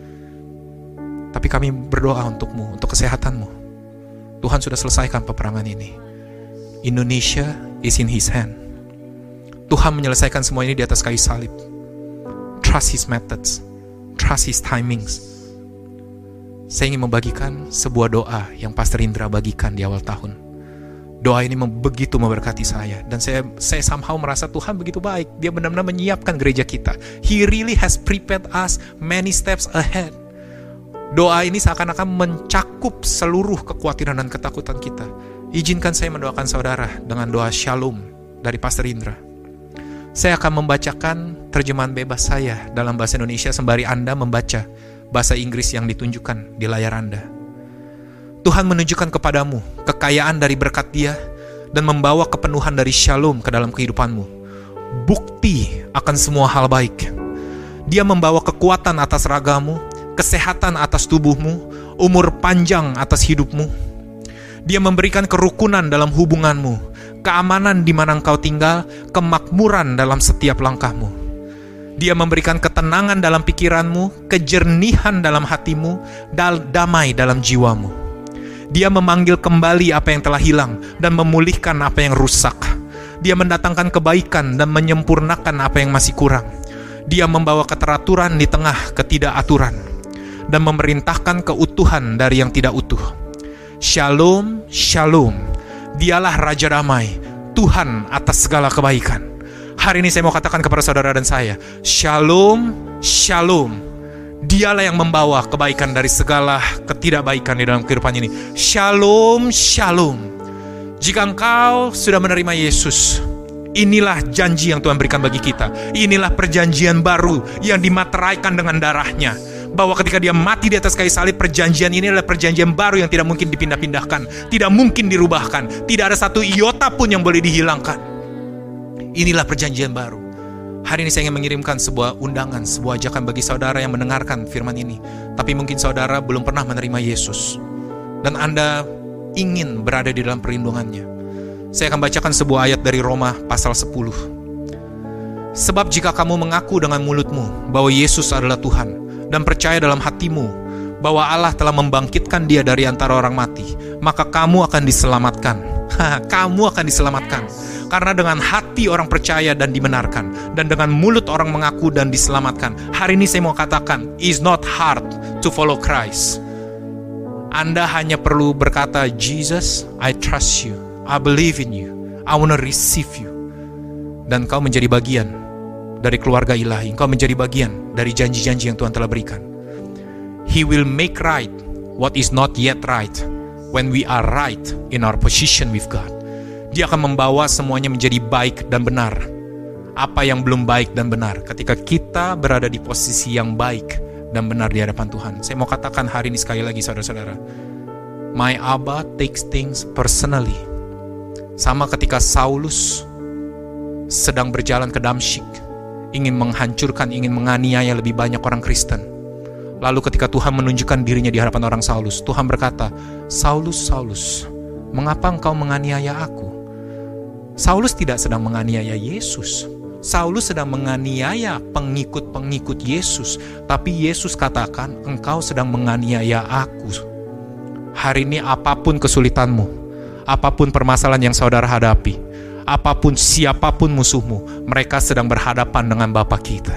Tapi kami berdoa untukmu, untuk kesehatanmu. Tuhan sudah selesaikan peperangan ini. Indonesia is in His hand. Tuhan menyelesaikan semua ini di atas kayu salib. Trust His methods. Trust His timings. Saya ingin membagikan sebuah doa yang Pastor Indra bagikan di awal tahun. Doa ini begitu memberkati saya. Dan saya saya somehow merasa Tuhan begitu baik. Dia benar-benar menyiapkan gereja kita. He really has prepared us many steps ahead. Doa ini seakan-akan mencakup seluruh kekhawatiran dan ketakutan kita. Izinkan saya mendoakan saudara dengan doa Shalom dari Pastor Indra. Saya akan membacakan terjemahan bebas saya dalam bahasa Indonesia sembari Anda membaca bahasa Inggris yang ditunjukkan di layar Anda. Tuhan menunjukkan kepadamu kekayaan dari berkat Dia dan membawa kepenuhan dari Shalom ke dalam kehidupanmu. Bukti akan semua hal baik. Dia membawa kekuatan atas ragamu, kesehatan atas tubuhmu, umur panjang atas hidupmu. Dia memberikan kerukunan dalam hubunganmu, keamanan di mana engkau tinggal, kemakmuran dalam setiap langkahmu. Dia memberikan ketenangan dalam pikiranmu, kejernihan dalam hatimu, dan damai dalam jiwamu. Dia memanggil kembali apa yang telah hilang dan memulihkan apa yang rusak. Dia mendatangkan kebaikan dan menyempurnakan apa yang masih kurang. Dia membawa keteraturan di tengah ketidakaturan dan memerintahkan keutuhan dari yang tidak utuh. Shalom, Shalom. Dialah Raja Damai, Tuhan atas segala kebaikan. Hari ini saya mau katakan kepada saudara dan saya, Shalom, Shalom. Dialah yang membawa kebaikan dari segala ketidakbaikan di dalam kehidupan ini. Shalom, Shalom. Jika engkau sudah menerima Yesus, inilah janji yang Tuhan berikan bagi kita. Inilah perjanjian baru yang dimateraikan dengan darahnya. Bahwa ketika Dia mati di atas kayu salib, perjanjian ini adalah perjanjian baru yang tidak mungkin dipindah-pindahkan, tidak mungkin dirubahkan, tidak ada satu iota pun yang boleh dihilangkan. Inilah perjanjian baru. Hari ini saya ingin mengirimkan sebuah undangan, sebuah ajakan bagi saudara yang mendengarkan firman ini. Tapi mungkin saudara belum pernah menerima Yesus, dan Anda ingin berada di dalam perlindungannya. Saya akan bacakan sebuah ayat dari Roma pasal sepuluh. Sebab jika kamu mengaku dengan mulutmu bahwa Yesus adalah Tuhan, dan percaya dalam hatimu bahwa Allah telah membangkitkan Dia dari antara orang mati, maka kamu akan diselamatkan. Kamu akan diselamatkan. Karena dengan hati orang percaya dan dibenarkan, dan dengan mulut orang mengaku dan diselamatkan. Hari ini saya mau katakan, it's not hard to follow Christ. Anda hanya perlu berkata, Jesus, I trust you, I believe in you, I want to receive you. Dan kau menjadi bagian dari keluarga ilahi. Kau menjadi bagian dari janji-janji yang Tuhan telah berikan. He will make right what is not yet right when we are right in our position with God. Dia akan membawa semuanya menjadi baik dan benar. Apa yang belum baik dan benar ketika kita berada di posisi yang baik dan benar di hadapan Tuhan. Saya mau katakan hari ini sekali lagi saudara-saudara, my Abba takes things personally. Sama ketika Saulus sedang berjalan ke Damsyik, ingin menghancurkan, ingin menganiaya lebih banyak orang Kristen. Lalu ketika Tuhan menunjukkan dirinya di hadapan orang Saulus, Tuhan berkata, Saulus, Saulus, mengapa engkau menganiaya aku? Saulus tidak sedang menganiaya Yesus. Saulus sedang menganiaya pengikut-pengikut Yesus, tapi Yesus katakan, engkau sedang menganiaya aku. Hari ini apapun kesulitanmu, apapun permasalahan yang saudara hadapi, apapun siapapun musuhmu, mereka sedang berhadapan dengan Bapa kita.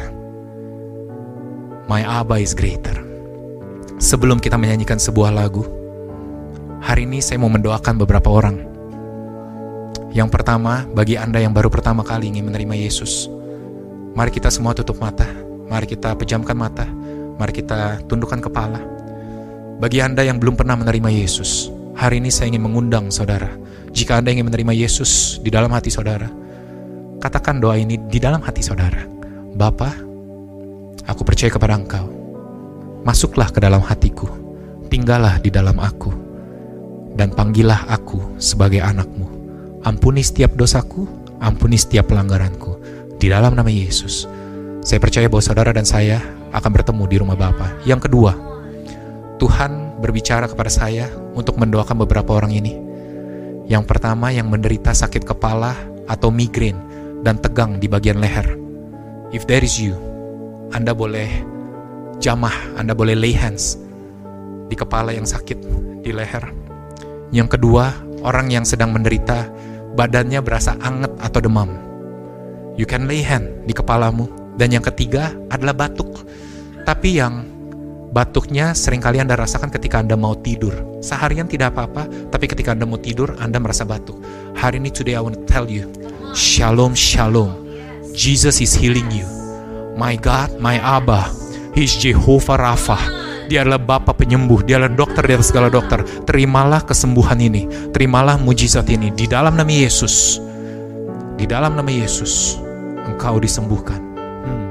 My Abba is greater. Sebelum kita menyanyikan sebuah lagu, hari ini saya mau mendoakan beberapa orang. Yang pertama, bagi Anda yang baru pertama kali ingin menerima Yesus, mari kita semua tutup mata, mari kita pejamkan mata, mari kita tundukkan kepala. Bagi Anda yang belum pernah menerima Yesus, hari ini saya ingin mengundang saudara. Jika Anda ingin menerima Yesus di dalam hati saudara, katakan doa ini di dalam hati saudara. Bapa, aku percaya kepada Engkau. Masuklah ke dalam hatiku, tinggallah di dalam aku, dan panggillah aku sebagai anak-Mu. Ampuni setiap dosaku, ampuni setiap pelanggaranku. Di dalam nama Yesus, saya percaya bahwa saudara dan saya akan bertemu di rumah Bapa. Yang kedua, Tuhan berbicara kepada saya untuk mendoakan beberapa orang ini. Yang pertama, yang menderita sakit kepala atau migrain dan tegang di bagian leher. If there is you, Anda boleh jamah, Anda boleh lay hands di kepala yang sakit, di leher. Yang kedua, orang yang sedang menderita badannya berasa anget atau demam. You can lay hand di kepalamu. Dan yang ketiga adalah batuk. Tapi yang batuknya seringkali Anda rasakan ketika Anda mau tidur. Seharian tidak apa-apa, tapi ketika Anda mau tidur, Anda merasa batuk. Hari ini, today I want to tell you, Shalom, Shalom. Jesus is healing you. My God, my Abba, He is Jehovah Rapha. Dia adalah Bapa penyembuh, Dia adalah dokter di atas segala dokter. Terimalah kesembuhan ini, terimalah mujizat ini di dalam nama Yesus. Di dalam nama Yesus, engkau disembuhkan. Hmm.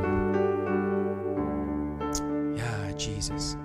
Ya, Jesus.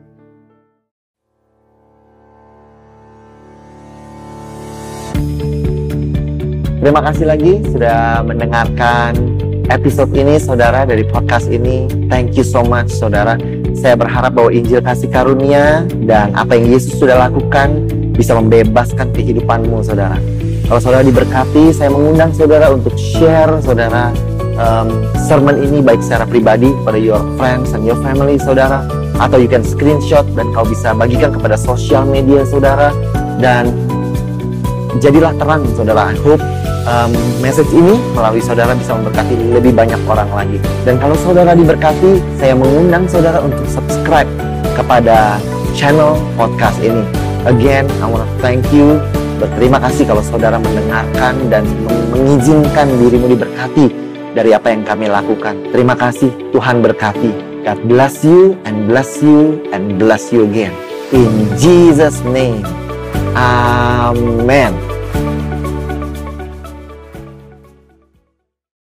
Terima kasih lagi sudah mendengarkan episode ini, saudara, dari podcast ini. Thank you so much, saudara. Saya berharap bahwa Injil kasih karunia dan apa yang Yesus sudah lakukan bisa membebaskan kehidupanmu, saudara. Kalau saudara diberkati, saya mengundang saudara untuk share, saudara, um, sermon ini baik secara pribadi pada your friends and your family, saudara. Atau you can screenshot dan kau bisa bagikan kepada sosial media, saudara. Dan jadilah terang, saudara. I hope Um, message ini melalui saudara bisa memberkati lebih banyak orang lagi. Dan kalau saudara diberkati, saya mengundang saudara untuk subscribe kepada channel podcast ini. Again, I want to thank you. Berterima kasih kalau saudara mendengarkan dan mengizinkan dirimu diberkati dari apa yang kami lakukan. Terima kasih, Tuhan berkati. God bless you and bless you and bless you again. In Jesus' name, Amen.